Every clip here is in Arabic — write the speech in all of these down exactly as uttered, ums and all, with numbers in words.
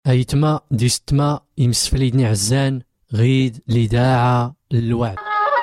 أيتما ديستما يمسفليدني عزان غيد لداعة الوعد.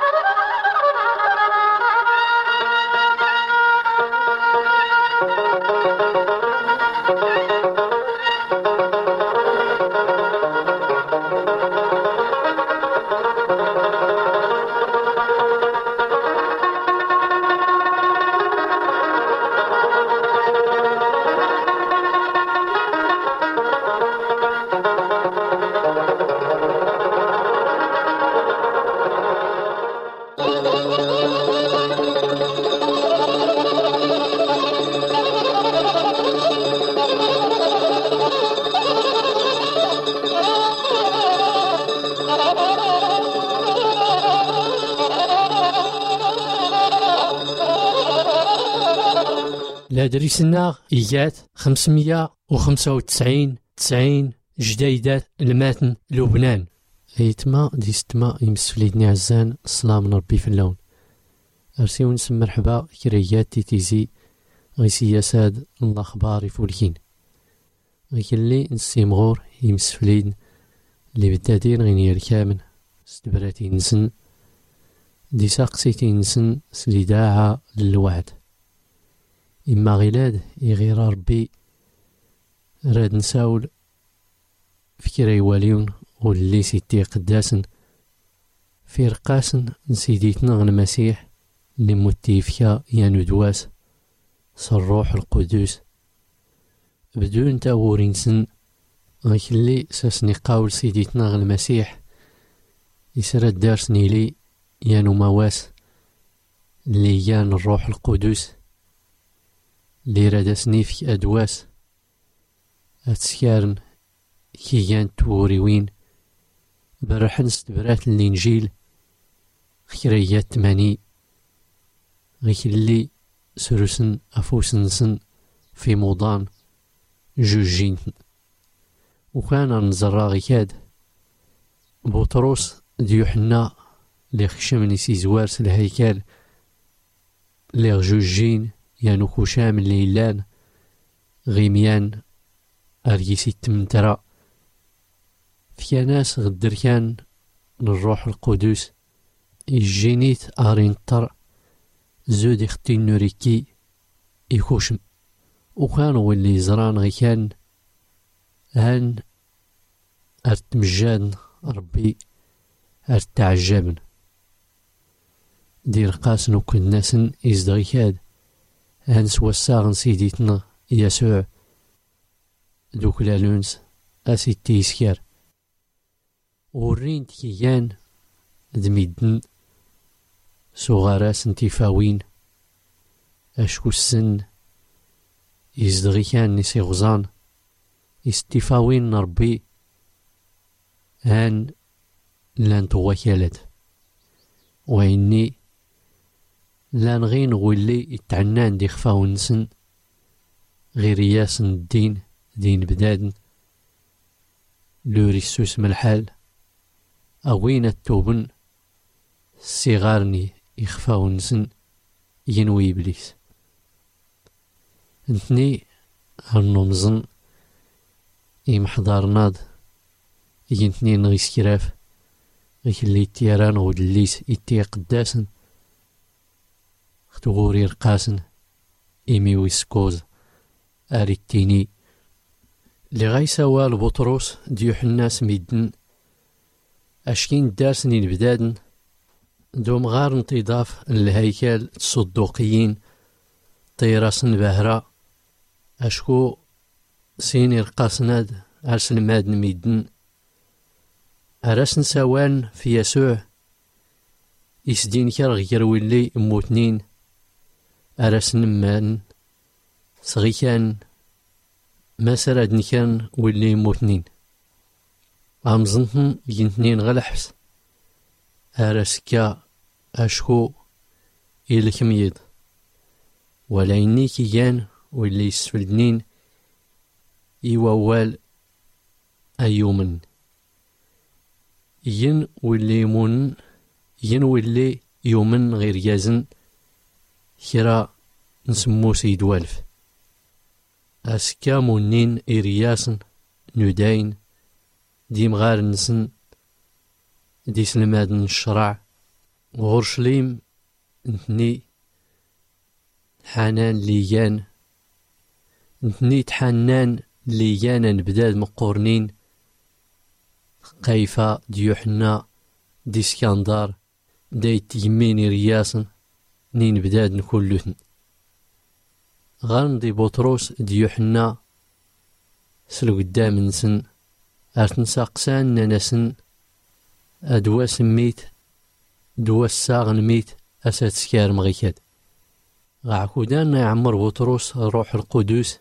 لادريسنا إيجات خمسمية وخمسة وتسعين تسعين جديدات الماتن لبنان. أيتما ديستما يمسفليدني عزان الصلاة من ربي في اللون. أرسيو نسم مرحبا كريات تيتيزي غي سياساد الأخبار يفولكين غيكلي نسيمغور يمسفليدن اللي بدادين غينير كامن ستبراتي نسن دي ساقسيتي نسن سليداعة للوعد. إما غيلاد يغير ربي راد نساول فكرة يواليون واللي سيتي قداسن في رقاسن نسيديتنا غن مسيح اللي موتيفكا يا ندواس صروح القدوس بدون تاورينسن غيكلي ساسني قاول سيديتنا غن المسيح يسرد دارسني لي يا نمواس اللي يان الروح القدوس اللي رادسني في أدواس أتسكارن كيان توريوين برحن ستبرات الإنجيل خيريات تماني غيكلي سرسن أفوسنسن في موضان جوجين. وكان نزرا غيكاد بطرس ديوحنا اللي خشمني سيزوارس الهيكال اللي غجوجين يانو كوشام الليلان غيميان أريسي التمنترا في ناس غدر كان للروح القدس الجينيت أرينتر زود اختين نوريكي يكوشم. وكانوا اللي زران غي كان هان ارتمجان ربي ارتعجبن دير قاسن وكل ناسن ازدغي كاد هان سواساغن سيديتنا يسوع دوك لالونس اسي تيسكار ورين تكيان دميدن صغاراس انتفاوين اشكو السن يزدغي كان نسي غزان استفاوين ربي هان لان توكالت وإني لان غين غولي اتعنان دي خفاو نسن غير ياسن الدين دين بدادن لوري السوس مالحال أوين التوبن صغارني يخفاو نسن ينوي إبليس انتني هالنمزن يمحضارناد ينتني نغيس كراف غيكلي تيران غودليس يتي قداسن ختغوري رقاسن إيمي ويسكوز أريتيني اللي غايساوال بطروس ديوحنا سميدن أشكين دارسني البدادن دوم غار انتضاف الهيكل الصدوقيين طيراسن بهرا أشكو سيني رقاسناد أرسل مادن ميدن أرسن سوان في يسوع يسدين كار غير ولي موتنين أرسن مان صغي كان ما سردني كان ولي موتنين أمزنهم ينتنين غلحس أرسكا أشكو إلكميد ولا إني كيان واللي يسفلدنين إيوال أيومن ين واللي يمون ين واللي يومن غير يازن كرا نسمو سيد والف أسكا مونين إرياسن نداين ديم غار نسن دي سلماد الشرع وغرشليم نتني حنان ليان نتني تحنان ليانا نبداد مقورنين قيفا ديوحنا دي اسكندر دايت يميني رياسن نين بداد نكلوثن غاندي بطرس ديوحنا سلو قدام نسن ارتن ساقسان نانسن ادوا سميت دوا الساغن ميت اسات سكار مغيكاد غاكودان يعمر بطرس روح القدس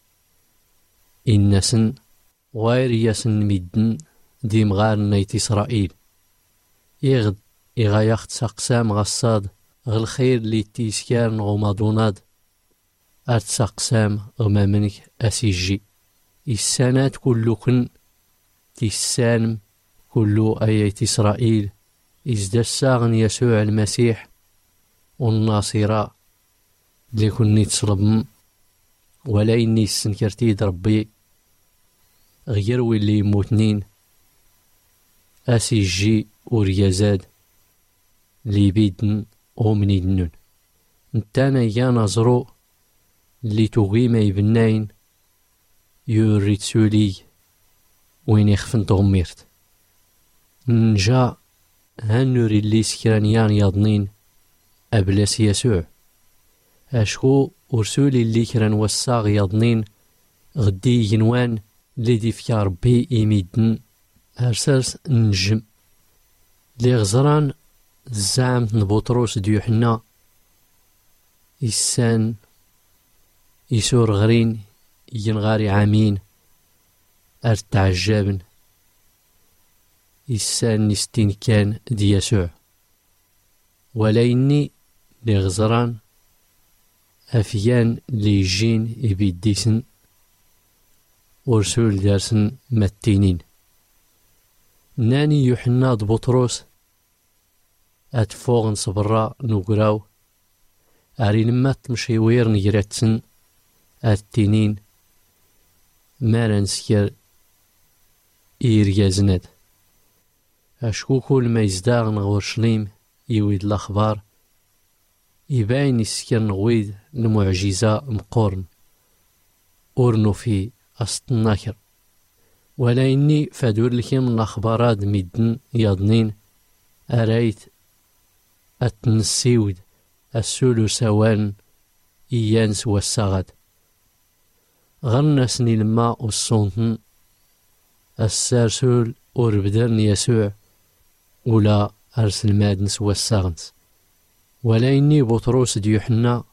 إنسن غير ياسن ميدن ديم غار نيت إسرائيل يغد إغا يخت ساقسام غصاد غالخير لي تيسكار نغمادوناد أرت ساقسام غمامنك أسيجي السانات كلكن تيسانم كلو آيات إسرائيل إزدا الساغن يسوع المسيح والناصرة لكن نتصلب ولا إني السنكرتيد ربي غير واللي يموتنين أسيجي وريازاد لي بيدن ومني دنون نتانا يا نظرو اللي تغيما يبناين يوريت سولي وين يخفن تغميرت نجا هنوري اللي سكرانيان يضنين أبلاس يسوع أشكو ورسولي اللي كران وساغ يضنين غدي ينوان اللي دي فيا ربي يميدن أرسلس نجم لي غزران الزعم نبوطروس ديوحنا إسان يسور غرين ينغاري عامين أرتعجابن إسان نستين كان دي يسوع ولا إني لي غزران أفيان لي جين يبيديسن ورسول دارسن متينين ناني يوحنا بطرس أتفوغن صبرا نقراو أرين ما تمشيوير نجراتسن أتينين مالا نسكر إيريازناد أشكو كل ما يزداغ نغورشليم يويد الأخبار يباين يسكر نغويد المعجزة مقورن أورنو في أسطناكر ولا إني فادور لكي من الأخبارات ميدن يضنين أرايت أتنسيود السولو سوان إيانس والساغد غرنسني الماء والصونتن السارسول وربدرن يسوع ولا أرسل مادنس والساغنس ولا إني بطروس ديوحنا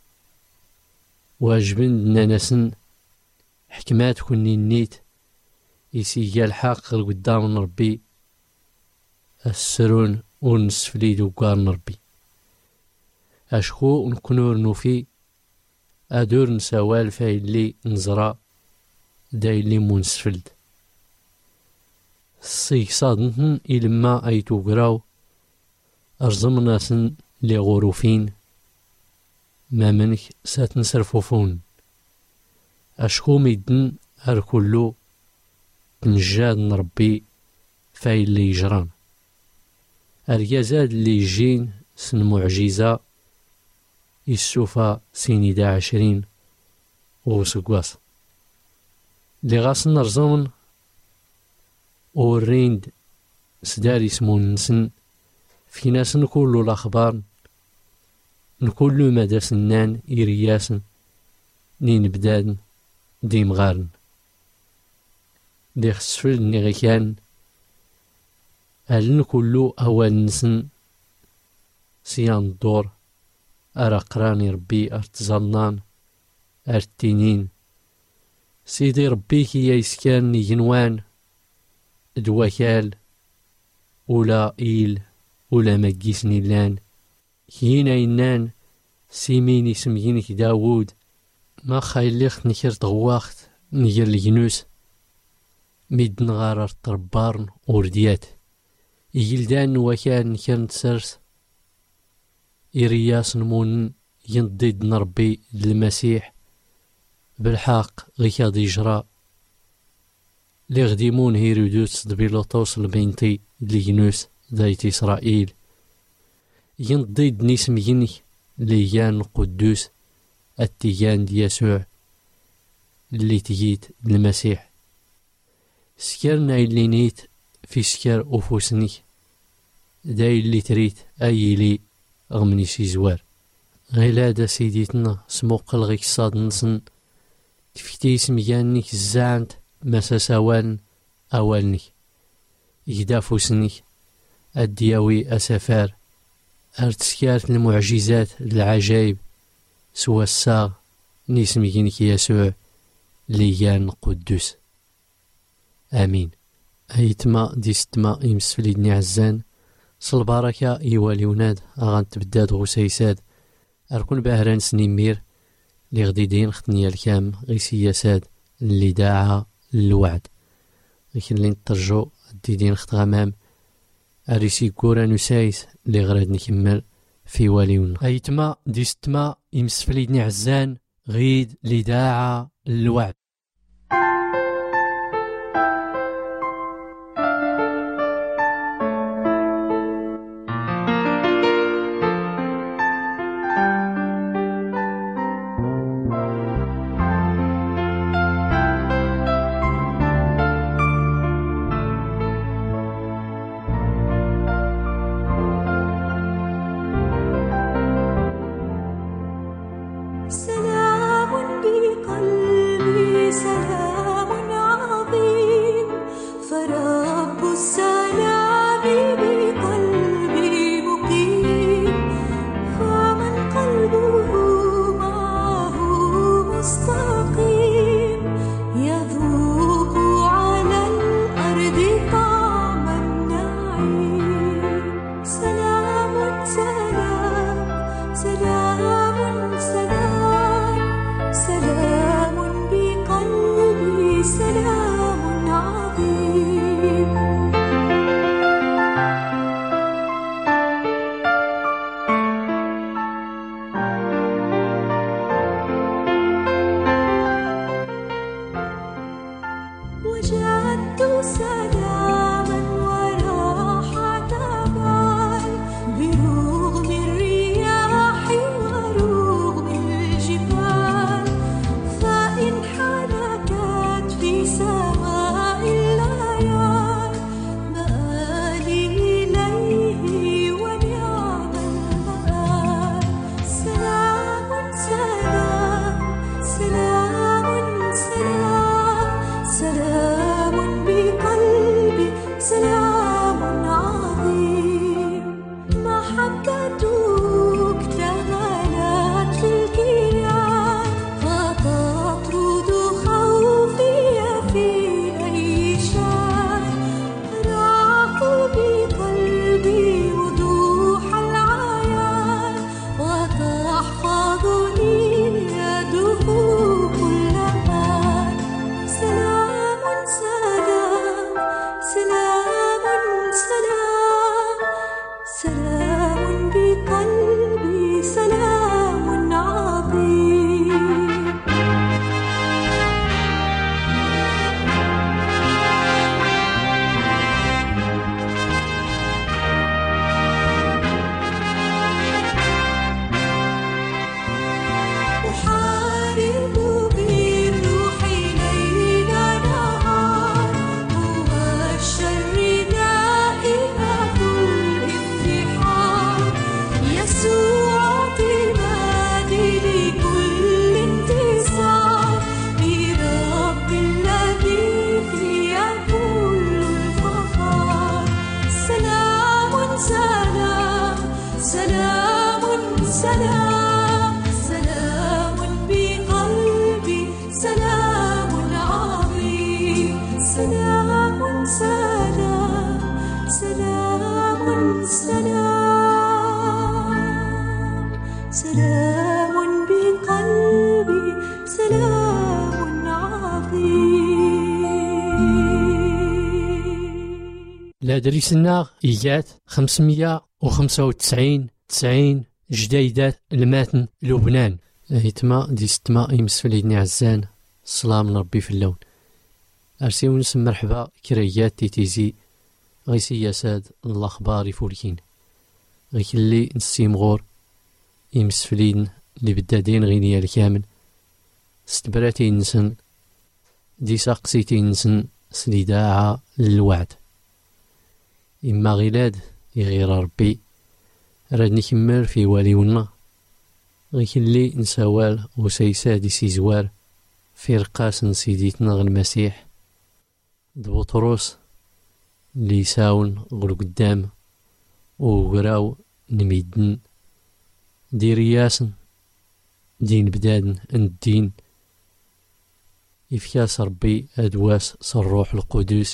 واجبن نانسن حكمات كوني النيت يسيجا الحق قدام ربي السرون ونسفلي دوكار ربي أشكو نكونور نوفي أدور نسوال فايلي نزرا دايلي منسفلد الصيك صادنتن إلما أي توقراو أرزمناسن لي غروفين ما منك ساتنسرفوفون أشكو ميدن أركلو تنجاد نربي فاي اللي يجران الريازاد اللي يجين سن معجزة يسوفا سيني دا عشرين وسقواس اللي غاسن نرزمن وريند سداري سمون نسن في ناس نقولو الأخبار نقولو مدى سنان إرياسن نين بدادن ديم غارن دي خسفل نيغي كان ألن كلو أول نسن سيان الدور أرا قراني ربي أرتزلنان أرتينين سيدي ربي كي يسكان ينوان دواكال ولا إيل ولا مجيسني لان كينا ينان سيمين يسمينك داوود ما خايليخت نكر تغواخت نجر الجنوس ميد نغارر تربارن ورديات يجلدان وكان نكر نتسرس إرياس نمون ينضد نربي المسيح بالحق غيكاد يجرى لي غديمون هيرودوس دبيلوطوس البنتي لينوس دايت إسرائيل ينضيد نسم يني ليان القدوس التيان دي يسوع اللي تجيت المسيح سكرنا اللي نيت في سكر أفوسني داي اللي تريت أي لي غمني سيزوار غيلادا سيديتنا سموق الغيك صاد نصن تفتي سميانيك الزعنت مساسوان أولني يدافوسني الدياوي أسفار أرتسكارت المعجزات العجائب سوى الساغ نسمينك يسوع ليان قدوس آمين. أيتما ديستما يمسفليدني عزان صلباركة إيوالي وناد أغان تبداد غسيساد أركون باهران سنيمير لي غديدين ختنيا الكام غي سياساد اللي داعها الوعد لكن اللي نترجو الديدين خت غمام أريسي كورا نسايس لي غراد نكمل في واليون. أيتما ديستما يمسفليدني عزان غيد لي داعها الوعد. لادريسنا إيجات خمسمية وخمسة وتسعين تسعين جديدات الماتن لبنان. هيتما دي ستما يمسفليدني عزان الصلاة من ربي في اللون. أرسيو نسم مرحبا كريات تيتيزي غي سياسات الأخبار يفولكين غي كلي نسيمغور يمسفلين اللي بدادين غينيا الكامل ستبراتي نسن دي ساقسيتي نسن سليداعة للوعد إما غيلاد يغير ربي راد نكمل في واليونا غي كلي نسوال وسيسادي سيزوار في رقاس سيديتنا غ المسيح دبوطروس اللي يساون غلو قدام وغراو نميدن دي رياسن دين بدادن الدين يفياس ربي أدواس صروح القدوس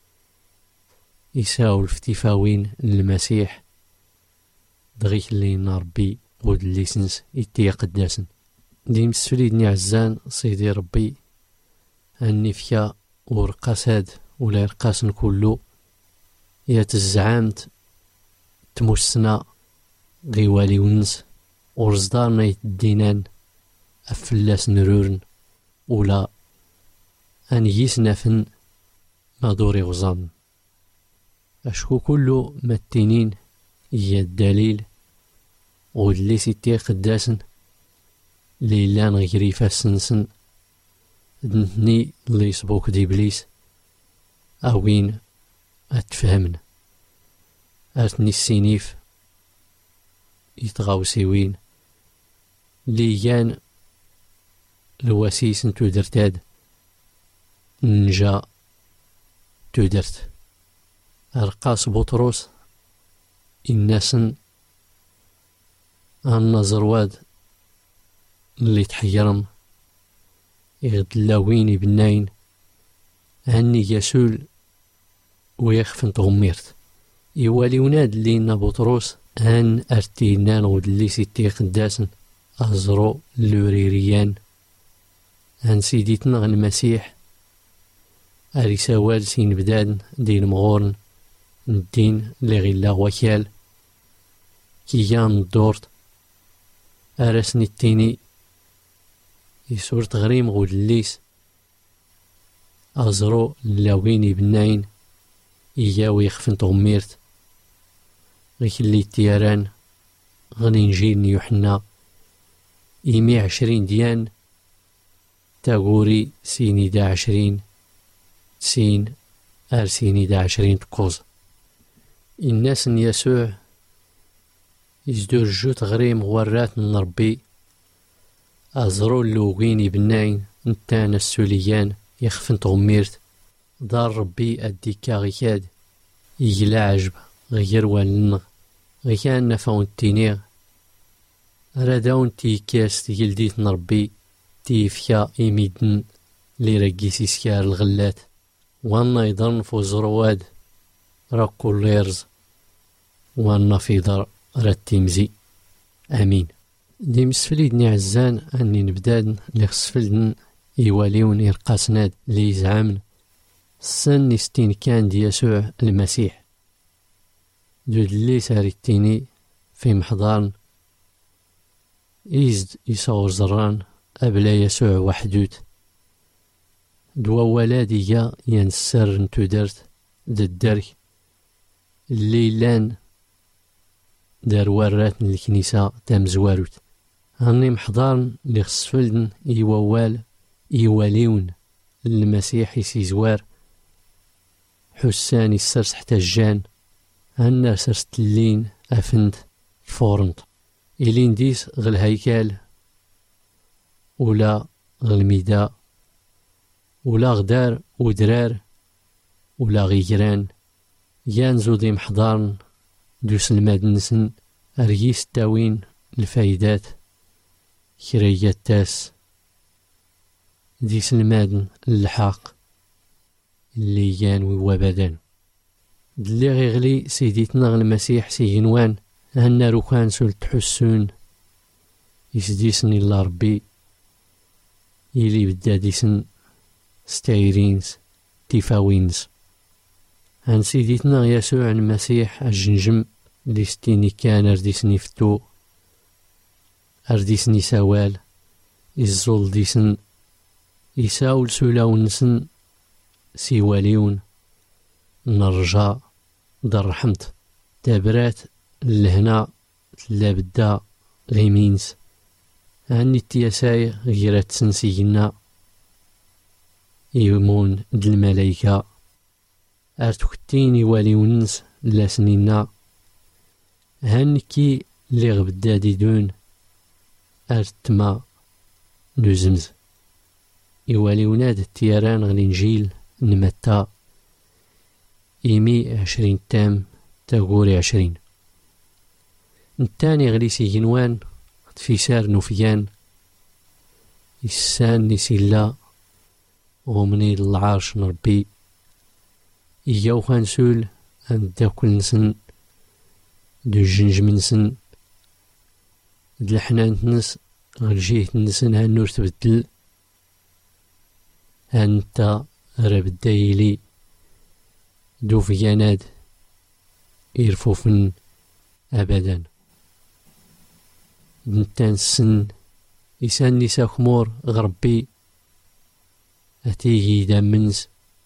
يساو الفتفاوين للمسيح دغيك اللي نربي غود الليسنس يتي قداسن دي مسفليدني عزان سيدي ربي أني فيا ورقاساد ولا رقاسن كله يتزعامت تموسنا غيوالي ونس ورزدارنا يتدينان أفلاس نرورن ولا أن يسنفن ما دوري غزان أشكو كله متينين هي الدليل واللي سيتي قداسن ليلان غيري فاسنسن دنتني اللي يصبوك دي بليس أوين أتفهمن أرتني السينيف يتغاوسيوين ليان الواسيس نتو درتاد نجا تودرت أرقاس بطروس الناسن النظرواد اللي تحيرم يغدلاوين بناين هني يسول ويخفن تغميرت يوالي وناد لينا بطروس هن ارتينان غدلي سيتي قداسن أزرو اللوريريان هن سيديتنا غن المسيح أريساوال سين بدادن دين مغورن الدين اللي غيلا وكال كيان الدورت أرسني التيني يسور تغريم غدليس أزرو اللاويني بناين إياو يخفن تغميرت غيك اللي تياران غني نجيل يوحنا إيمي عشرين ديان تاغوري سيني دا عشرين سين أر سيني دا عشرين تقوز الناس يسوع يزدور جو تغريم غورات من ربي أزرو اللوغيني بناين نتانا السوليان يخفن تغميرت دار ربي أديكا غيكاد يجلا عجب غير والنغ غيكان نفاون التينيغ راداون تيكاس تيجلديت نربي تيفيا إيميدن لي رقيسي سكار الغلات وانا يضرن فو زرواد راكو ليرز وانا في دار راد تيمزي آمين دي مسفليدني عزان أني نبدادن لي خسفلدن يواليون يرقاسناد لي يزعامن السن نستين كان دي يسوع المسيح دود اللي ساريتيني في محضارن إيزد يصور زران أبلا يسوع وحدوت دوا ولادي ينسر نتو درت ددرك اللي لان دار ورات الكنيسة تامزواروت هاني محضارن اللي خسفلدن يووال يواليون المسيح يسيزوار حساني السرس حتى الجان هنا سرست اللين أفند فورنت إلين ديس غل هيكال ولا غل ميدا ولا غدار ودرار ولا غيجران يانزو دي محضارن دوس المادنسن أريس تاوين الفايدات كريات تاس ديس المادن الحاق اللي يانوي وبدان دلي غيغلي سيديتنا غ المسيح سيجنوان هنا روكان سول تحسون يسديسني الله ربي يلي بداديسن ستايرينز تيفاوينز هان سيديتنا يسوع المسيح الجنجم اللي ستيني كان أرديسني فتو أرديسني سوال الزول ديسن يساول سولا ونسن سيواليون نرجع در رحمت تابرات لهنا لابدا غيمينس هاني التياساي غيرات سنسينا يمون د الملايكة ارتكتين يواليونس لا سنينا هانكي اللي غبدا ديدون ارتما نزمز يواليوناد التيران غالينجيل نمتا إيمي عشرين تام تاغوري عشرين التاني غليسي جنوان في سار نوفيان السان نسيلا ومني العرش نربي إياو خانسول أن داكل نسن دو الجنج منسن د الحنان تنس غالجيه تنسن هالنور تبدل هانتا راب الدايلي دو فياناد إرفوفن أبدا دنتان السن إسان نسا خمور غربي أتيجي دامنس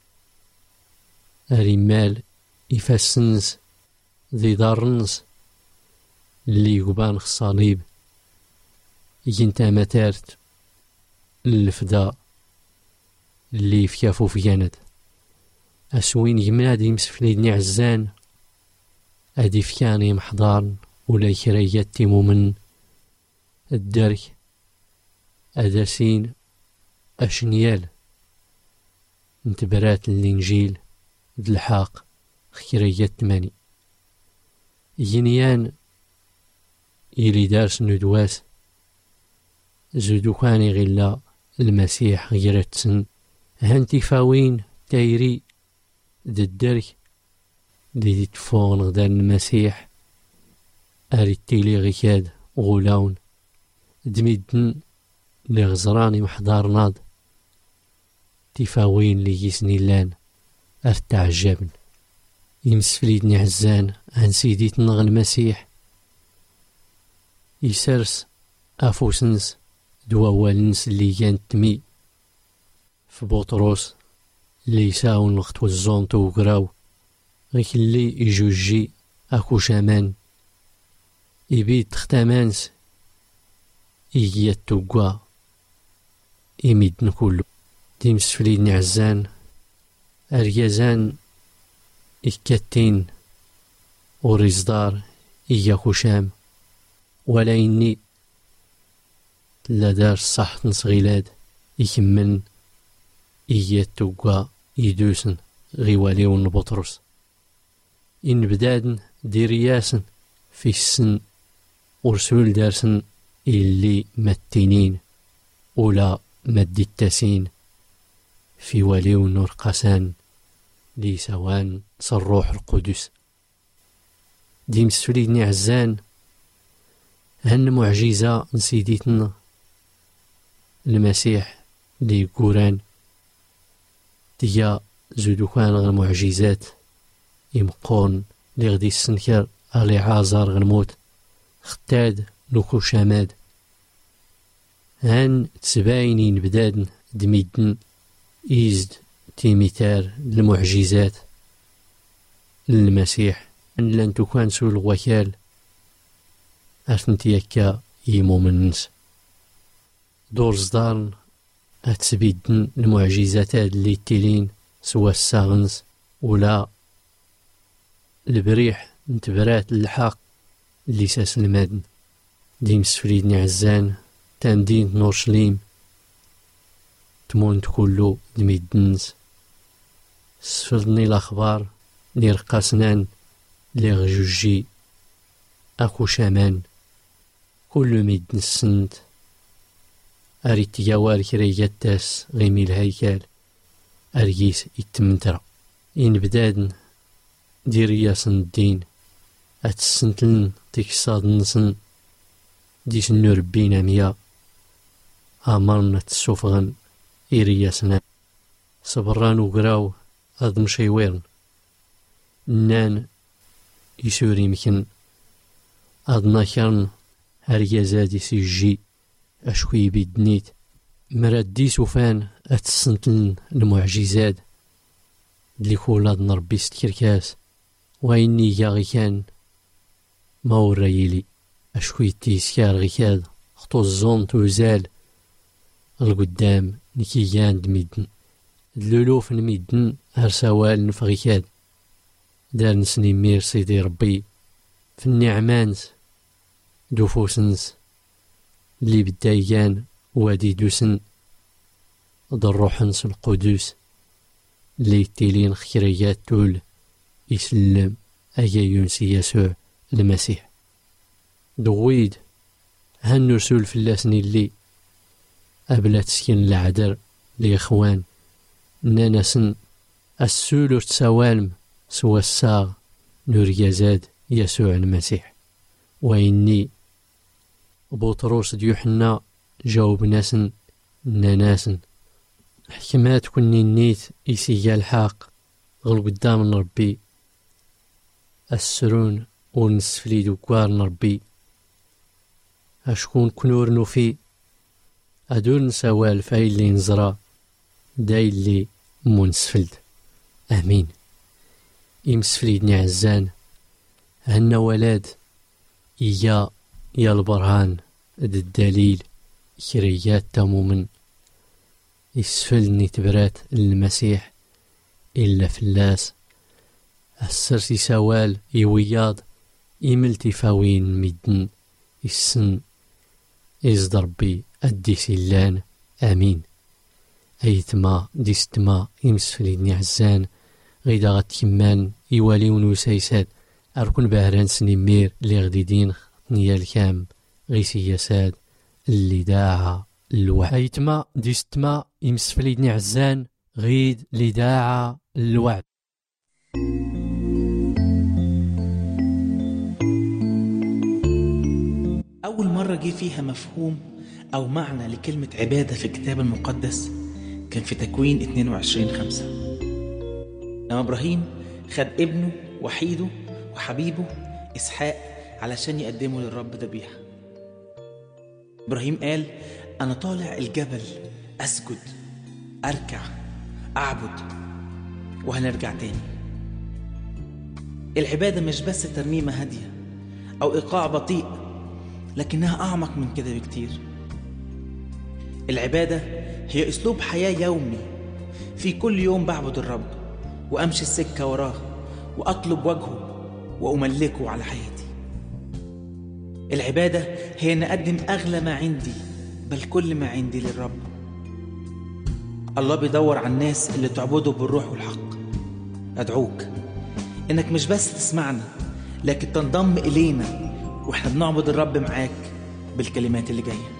أريمال إفاسنس ذي دارنس اللي يقبان خصاليب ينتا متارت الفدا اللي فيافو فياند أسوين يمناد يمسفليدني عزان أدي فياني محضارن ولا كريات تيمو من الدرك أداسين أشنيال انتبرات الإنجيل ذي الحاق خيريات تماني ينيان إلي دارس ندواس زودو كاني غلا المسيح غيرتسن هانتي فاوين تايري ذي الدرك دي تفون غدا المسيح أريتيلي غيكاد غلاون دميدن لغزراني محضار ناض تفاوين لي يسني لان ارتعجبن يمسفليدني عزان عن سيدي تنغ المسيح يسرس أفوسنس دوا والنس اللي كانت تمي في بطرس اللي يساون وقت وزون توقراو غيك اللي يجوجي أكو شامان يبيد تختامانس إيجيات توقوا يميدن كله تيمسفليدني عزان أريازان إكاتين وريزدار إياكو شام ولا إني لا دار صح نصغيلاد يكمن إيات توقوا يدوسن غيواليون بطرس إن بدادن ديرياسن في السن ورسول دارسن اللي متينين ولا مد التاسين في وليو نور قسان لي سوان صروح القدس ديم سوليدني عزان هن معجزة نسيديتنا المسيح لي قوران تيا زودو كان غير معجزات يمقون لي غدي السنكر علي عازر غنموت ختاد لوكو شاماد هان تسباينين بدادن دميدن إيزد تيميتار المعجزات للمسيح أن لن تكون سول الوكال أرتنتيكا يمو منس دور صدارن أتسبيدن المعجزات اللي تيلين سوا الساغنس ولا البريح نتبرات الحق اللي ساس المادن ديم سفريدني عزان تمدين نورشليم تمون كله دميدنس سفرني الأخبار نيرقا سنان لي غجوجي أكو شامان كل ميدن السنت أريد يوار كريجات تاس غيمي الهيكال أريس يتمنترا إن بدادن ديرياسن الدين أتسنتلن تكساد نسن ديس النور بينا ميا أمرنا تسوفغن إرياسنا صبران وقراو أضم شيويرن نان يسوري مكن أضنا كان هريازادي سيجي أشوي بيدنيت مراد دي سوفان أتسنتلن المعجزات دليك ولاد نربي ست كركاس وإني جا غي كان ما ورايلي أشكوي تيسكار غي كاد خطو الزون توزال القدام نكيان دميدن دلولوف نميدن هرسوال نفغي كاد دار نسني مير سيدي ربي في النعمانس دوفوسنس اللي بدايان وادي دوسن ضروحنس القدوس اللي تيلين خيريات تول يسلم أجا يونسي يسوع المسيح دويد هالنرسول في اللاسني اللي أبلا تسكن العذر لإخوان نانسن السولر تسوالم سوى الساغ نور يزاد يسوع المسيح وإني بطرس ديوحنا جاوب ناسن ناناسن حكمات كوني نيت يسيا الحاق غل قدام ربي السرون ونسفلي دوكوار نربي أشكون كنور نوفي أدور نسوال فاي اللي نزرا داي اللي منسفلد أمين يمسفلي دني عزان هنا ولاد إيا يا البرهان د الدليل كريات تمومن يسفلني تبرات المسيح إلا فلاس السرسي سوال يوياض إملتي فاوين ميدن السن إزد ربي أدي سلان آمين أيتما ديستما يمسفلي دني عزان غيدا غتكمان يواليون وسايسات أركن بهران سنمير اللي غديدين نيال كام غيسي يساد اللي داعا الوعد أيتما ديستما يمسفلي دني عزان غيد اللي داعا الوعد. أول مرة جي فيها مفهوم أو معنى لكلمة عبادة في الكتاب المقدس كان في تكوين اثنين وعشرين خمسة لما إبراهيم خد ابنه وحيده وحبيبه إسحاق علشان يقدمه للرب ذبيحة. إبراهيم قال أنا طالع الجبل أسجد أركع أعبد وهنرجع تاني. العبادة مش بس ترنيمة هادية أو إيقاع بطيء، لكنها أعمق من كده بكتير. العبادة هي أسلوب حياة يومي، في كل يوم بعبد الرب وأمشي السكة وراه وأطلب وجهه وأملكه على حياتي. العبادة هي أن أقدم أغلى ما عندي بل كل ما عندي للرب. الله بيدور على الناس اللي تعبده بالروح والحق. أدعوك إنك مش بس تسمعنا لكن تنضم إلينا وإحنا بنعبد الرب معاك بالكلمات اللي جاية.